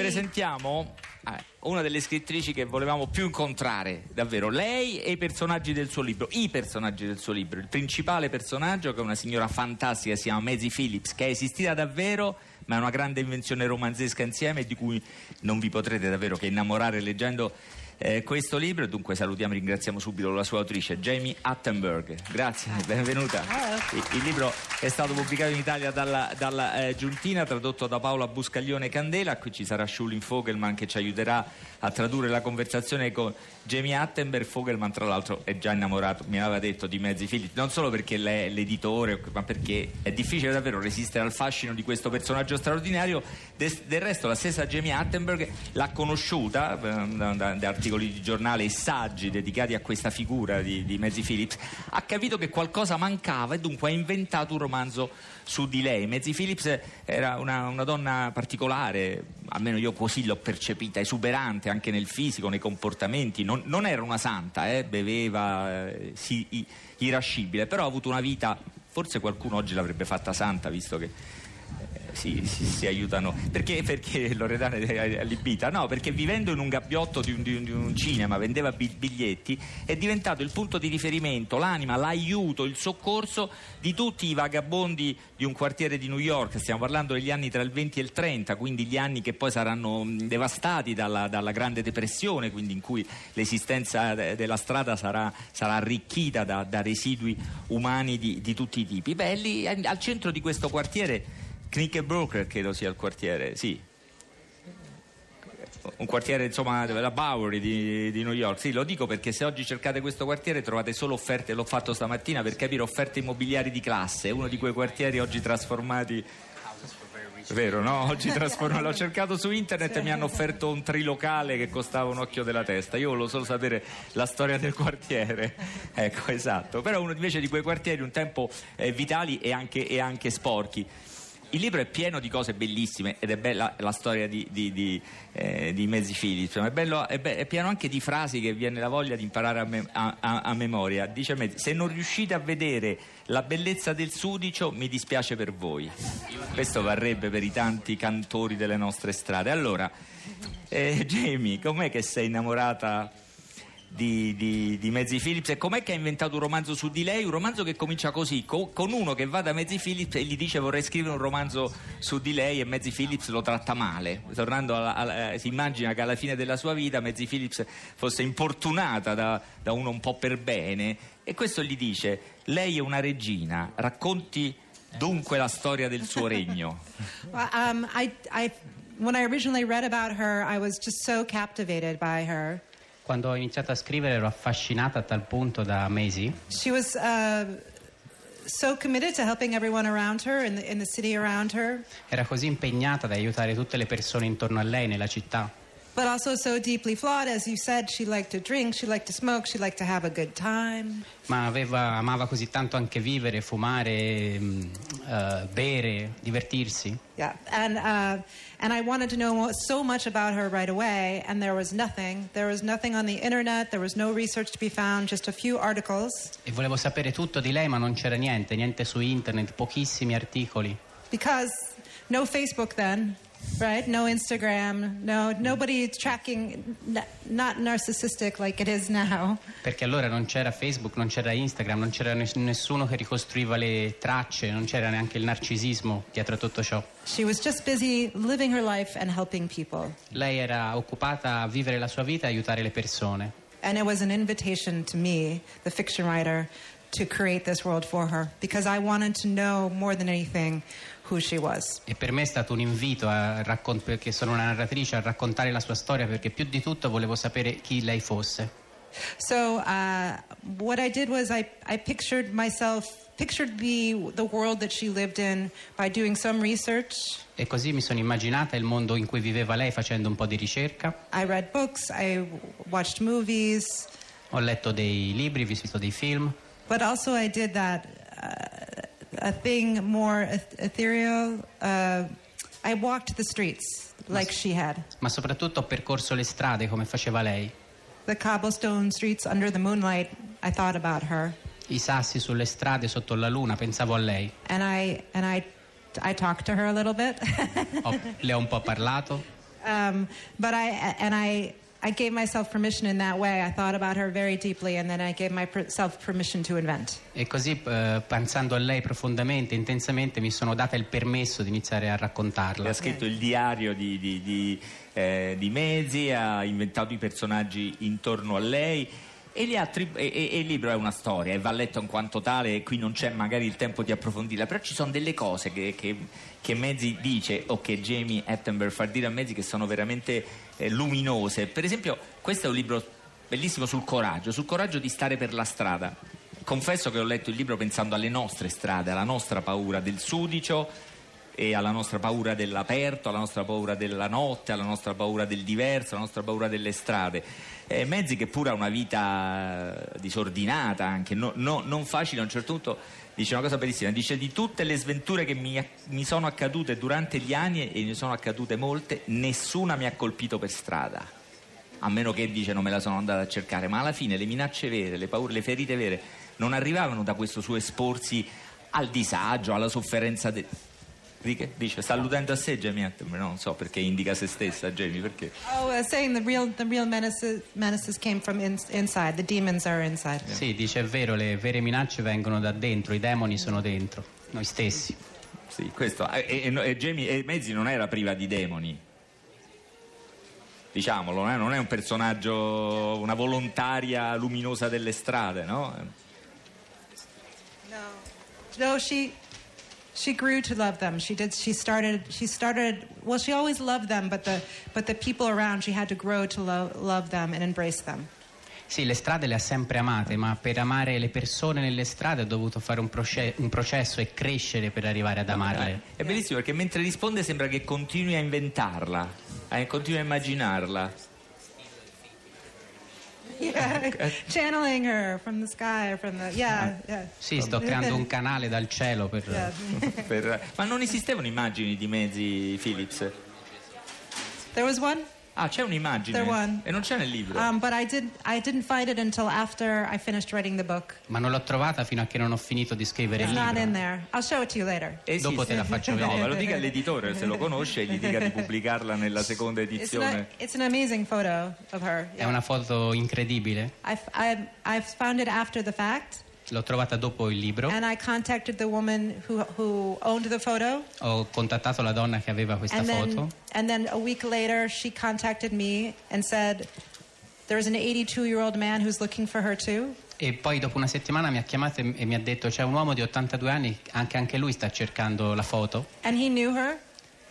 presentiamo una delle scrittrici che volevamo più incontrare, davvero, lei e i personaggi del suo libro. Il principale personaggio, che è una signora fantastica, si chiama Maisie Phillips, che è esistita davvero, ma è una grande invenzione romanzesca insieme, di cui non vi potrete davvero che innamorare leggendo questo libro. Dunque salutiamo e ringraziamo subito la sua autrice, Jamie Attenberg. Grazie, benvenuta. Il libro è stato pubblicato in Italia dalla Giuntina, tradotto da Paola Buscaglione Candela. Qui ci sarà Schulin Fogelman che ci aiuterà a tradurre la conversazione con Jamie Attenberg. Fogelman tra l'altro è già innamorato, mi aveva detto, di Maisie Phillips, non solo perché lei è l'editore, ma perché è difficile davvero resistere al fascino di questo personaggio straordinario. Del resto la stessa Jamie Attenberg l'ha conosciuta da articoli di giornale e saggi dedicati a questa figura di Maisie Phillips, ha capito che qualcosa mancava e dunque ha inventato un romanzo su di lei. Maisie Phillips era una donna particolare, almeno io così l'ho percepita, esuberante anche nel fisico, nei comportamenti. Non era una santa, beveva, irascibile, però ha avuto una vita, forse qualcuno oggi l'avrebbe fatta santa, visto che si aiutano. Perché Loredana è allibita? No, perché vivendo in un gabbiotto di un cinema, vendeva biglietti, è diventato il punto di riferimento, l'anima, l'aiuto, il soccorso di tutti i vagabondi di un quartiere di New York. Stiamo parlando degli anni tra il 20 e il 30, quindi gli anni che poi saranno devastati dalla Grande Depressione, quindi in cui l'esistenza della strada sarà arricchita da residui umani di tutti i tipi. Lì al centro di questo quartiere, Knickerbocker credo sia il quartiere, sì, un quartiere insomma della Bowery di New York. Sì, lo dico perché se oggi cercate questo quartiere trovate solo offerte, l'ho fatto stamattina per capire, offerte immobiliari di classe. È uno di quei quartieri oggi trasformati, vero, no? Oggi l'ho cercato su internet e mi hanno offerto un trilocale che costava un occhio della testa. Io volevo solo sapere la storia del quartiere, ecco, esatto. Però uno invece di quei quartieri un tempo vitali e anche sporchi. Il libro è pieno di cose bellissime ed è bella la storia di Maisie Phillips, ma è pieno anche di frasi che viene la voglia di imparare a memoria. Dice Maisie: se non riuscite a vedere la bellezza del sudicio, mi dispiace per voi. Questo varrebbe per i tanti cantori delle nostre strade. Allora, Jamie, com'è che sei innamorata di Maisie Phillips e com'è che ha inventato un romanzo su di lei, un romanzo che comincia così, con uno che va da Maisie Phillips e gli dice vorrei scrivere un romanzo su di lei, e Maisie Phillips lo tratta male. Tornando si immagina che alla fine della sua vita Maisie Phillips fosse importunata da uno un po' per bene, e questo gli dice: lei è una regina, racconti dunque la storia del suo regno. When I originally read about her, I was just so captivated by her. Quando ho iniziato a scrivere ero affascinata a tal punto da Maisie. She was so committed to helping everyone around her in the city around her. Era così impegnata ad aiutare tutte le persone intorno a lei nella città. But also so deeply flawed, as you said. She liked to drink, she liked to smoke, she liked to have a good time. Ma amava così tanto anche vivere, fumare, bere, divertirsi. Yeah, and I wanted to know so much about her right away, and there was nothing. There was nothing on the internet, there was no research to be found, just a few articles. E volevo sapere tutto di lei, ma non c'era niente su internet, pochissimi articoli. Because no Facebook then. Right? No Instagram, nobody tracking, not narcissistic like it is now. Perché allora non c'era Facebook, non c'era Instagram, non c'era nessuno che ricostruiva le tracce, non c'era neanche il narcisismo dietro a tutto ciò. She was just busy living her life and helping people. Lei era occupata a vivere la sua vita e aiutare le persone. And it was an invitation to me, the fiction writer, to create this world for her, because I wanted to know more than anything who she was. E per me è stato un invito perché sono una narratrice, a raccontare la sua storia, perché più di tutto volevo sapere chi lei fosse. So what I did was I pictured the world that she lived in by doing some research. E così mi sono immaginata il mondo in cui viveva lei facendo un po' di ricerca. I read books, I watched movies. Ho letto dei libri, visto dei film. But also I did that a thing more ethereal. I walked the streets like she had. Ma soprattutto ho percorso le strade come faceva lei. The cobblestone streets under the moonlight, I thought about her. I sassi sulle strade sotto la luna, pensavo a lei. And I talked to her a little bit. Le ho un po' parlato. But I gave myself permission in that way. I thought about her very deeply, and then I gave myself permission to invent. E così, pensando a lei profondamente, intensamente, mi sono data il permesso di iniziare a raccontarla. Ha scritto il diario di Maisie, ha inventato i personaggi intorno a lei. E il libro è una storia e va letto in quanto tale, e qui non c'è magari il tempo di approfondirla, però ci sono delle cose che Maisie dice o che Jamie Attenborough fa dire a Maisie che sono veramente luminose. Per esempio, questo è un libro bellissimo sul coraggio di stare per la strada. Confesso che ho letto il libro pensando alle nostre strade, alla nostra paura del sudicio e alla nostra paura dell'aperto, alla nostra paura della notte, alla nostra paura del diverso, alla nostra paura delle strade. Maisie, che pure ha una vita disordinata, anche non facile, a un certo punto dice una cosa bellissima, dice: di tutte le sventure che mi sono accadute durante gli anni, e ne sono accadute molte, nessuna mi ha colpito per strada, a meno che, dice, non me la sono andata a cercare, ma alla fine le minacce vere, le paure, le ferite vere non arrivavano da questo suo esporsi al disagio, alla sofferenza dice, sta alludendo a sé Jamie Attenborough, non so perché indica se stessa. Jamie, perché? Saying the real menaces came from inside. The demons are inside. Yeah. Sì, dice, è vero, le vere minacce vengono da dentro, i demoni sono dentro, noi stessi. Sì, questo. E Maisie non era priva di demoni. Diciamolo, non è un personaggio, una volontaria luminosa delle strade, no? No, she grew to love them. She started. Well, she always loved them, but the people around, she had to grow to love them and embrace them. Sì, le strade le ha sempre amate, ma per amare le persone nelle strade ha dovuto fare un processo e crescere per arrivare ad amarle. È bellissimo perché mentre risponde sembra che continui a inventarla, continui a immaginarla. Yeah, channeling her from the sky, yeah. Sì, sto creando un canale dal cielo per... Ma non esistevano immagini di Maisie Phillips? There was one. Ah, c'è un'immagine e non c'è nel libro. But I didn't find it until after I finished writing the book. Ma non l'ho trovata fino a che non ho finito di scrivere il libro. It's not in there. I'll show it to you later. Dopo te la faccio vedere. No, me lo dica all'editore, se lo conosce, e gli dica di pubblicarla nella seconda edizione. It's an amazing photo of her. È una foto incredibile. I've found it after the fact. L'ho trovata dopo il libro. And I contacted the woman who owned the photo. Ho contattato la donna che aveva questa foto. And then a week later she contacted me and said there's an 82-year-old man who's looking for her too. E poi dopo una settimana mi ha chiamato e mi ha detto: c'è un uomo di 82 anni, anche lui sta cercando la foto. And he knew her.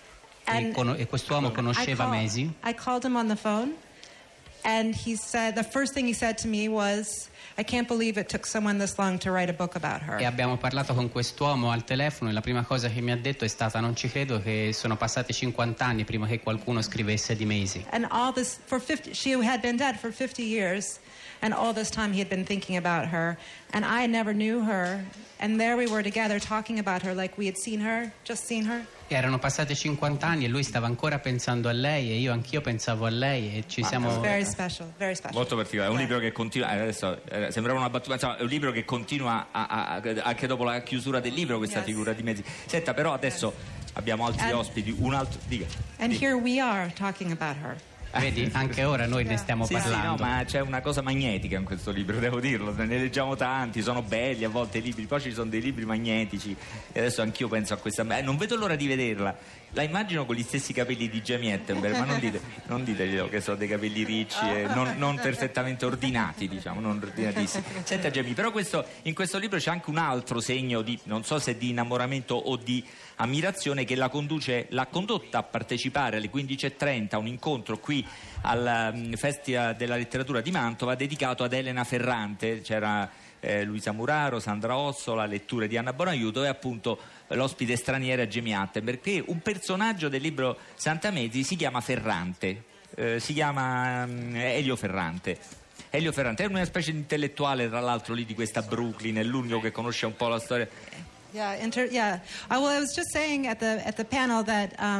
E quest'uomo conosceva Maisie. I called him on the phone and he said, the first thing he said to me was, I can't believe it took someone this long to write a book about her. E abbiamo parlato con quest'uomo al telefono e la prima cosa che mi ha detto è stata: non ci credo che sono passati 50 anni prima che qualcuno scrivesse di Maisie. And all this she had been dead for 50 years, and all this time he had been thinking about her, and I never knew her, and there we were together talking about her like we had seen her, just seen her. Erano passati 50 anni e lui stava ancora pensando a lei e anch'io pensavo a lei e ci siamo... Very special, very special. Molto particolare, è un libro che continua, adesso sembrava una battuta, insomma, è un libro che continua anche dopo la chiusura del libro, questa figura di Maisie. Senta, però adesso abbiamo altri ospiti, un altro... Dica. Here we are talking about her. Vedi, anche ora noi ne stiamo parlando. Sì, no, ma c'è una cosa magnetica in questo libro, devo dirlo, ne leggiamo tanti, sono belli a volte i libri, poi ci sono dei libri magnetici e adesso anch'io penso a questa, non vedo l'ora di vederla, la immagino con gli stessi capelli di Jamie Attenborough, ma non diteglielo che sono dei capelli ricci e non perfettamente ordinati, diciamo, non ordinatissimi. Senta Jamie, però in questo libro c'è anche un altro segno di, non so se di innamoramento o di ammirazione, che l'ha condotta a partecipare alle 15:30 a un incontro qui al Festival della Letteratura di Mantova dedicato ad Elena Ferrante. C'era Luisa Muraro, Sandra Ossola, letture di Anna Bonaiuto e appunto l'ospite straniera Jamie Attenborough, perché un personaggio del libro Santa Maisie si chiama Ferrante, si chiama Elio Ferrante. Elio Ferrante è una specie di intellettuale, tra l'altro, lì di questa Brooklyn, è l'unico che conosce un po' la storia. Yeah. Well, I was just saying at the panel that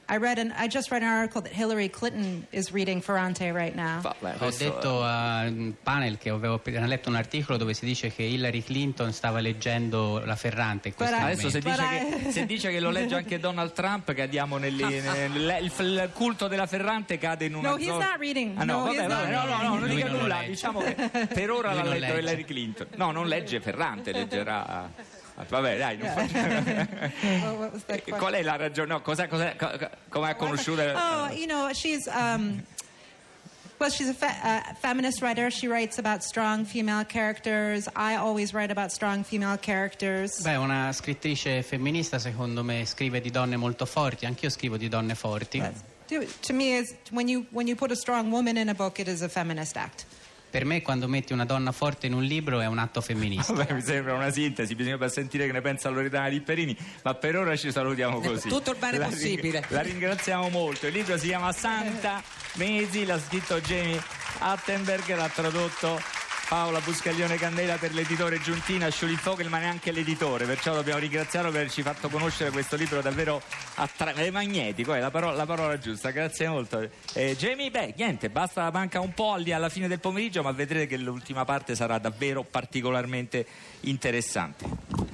I just read an article that Hillary Clinton is reading Ferrante right now. Ho detto al panel che avevo appena letto un articolo dove si dice che Hillary Clinton stava leggendo la Ferrante in questo Adesso momento. se dice che lo legge anche Donald Trump, cadiamo il culto della Ferrante cade in una No, he's not reading. no, he's not reading. non Lui dica non lo nulla, legge. diciamo che per ora Lui l'ha non letto legge. Hillary Clinton. No, non legge Ferrante, leggerà. Vabbè, dai, non What was that question? Qual è la ragione? No, come ha conosciuto? Oh, you know, she's a feminist writer. She writes about strong female characters. I always write about strong female characters. Beh, una scrittrice femminista, secondo me, scrive di donne molto forti. Anch'io scrivo di donne forti. To me, when you put a strong woman in a book, it is a feminist act. Per me, quando metti una donna forte in un libro, è un atto femminista. Vabbè, mi sembra una sintesi, bisogna sentire che ne pensa Loredana Lipperini, ma per ora ci salutiamo così. Tutto il bene possibile. La ringraziamo molto. Il libro si chiama Santa Mesi, l'ha scritto Jamie Attenberg, l'ha tradotto Paola Buscaglione Candela per l'editore Giuntina, Sciulin Fogelman è anche l'editore, perciò dobbiamo ringraziarlo per averci fatto conoscere questo libro davvero magnetico, è la parola giusta. Grazie molto. Jamie, niente, basta, manca un po' alla fine del pomeriggio, ma vedrete che l'ultima parte sarà davvero particolarmente interessante.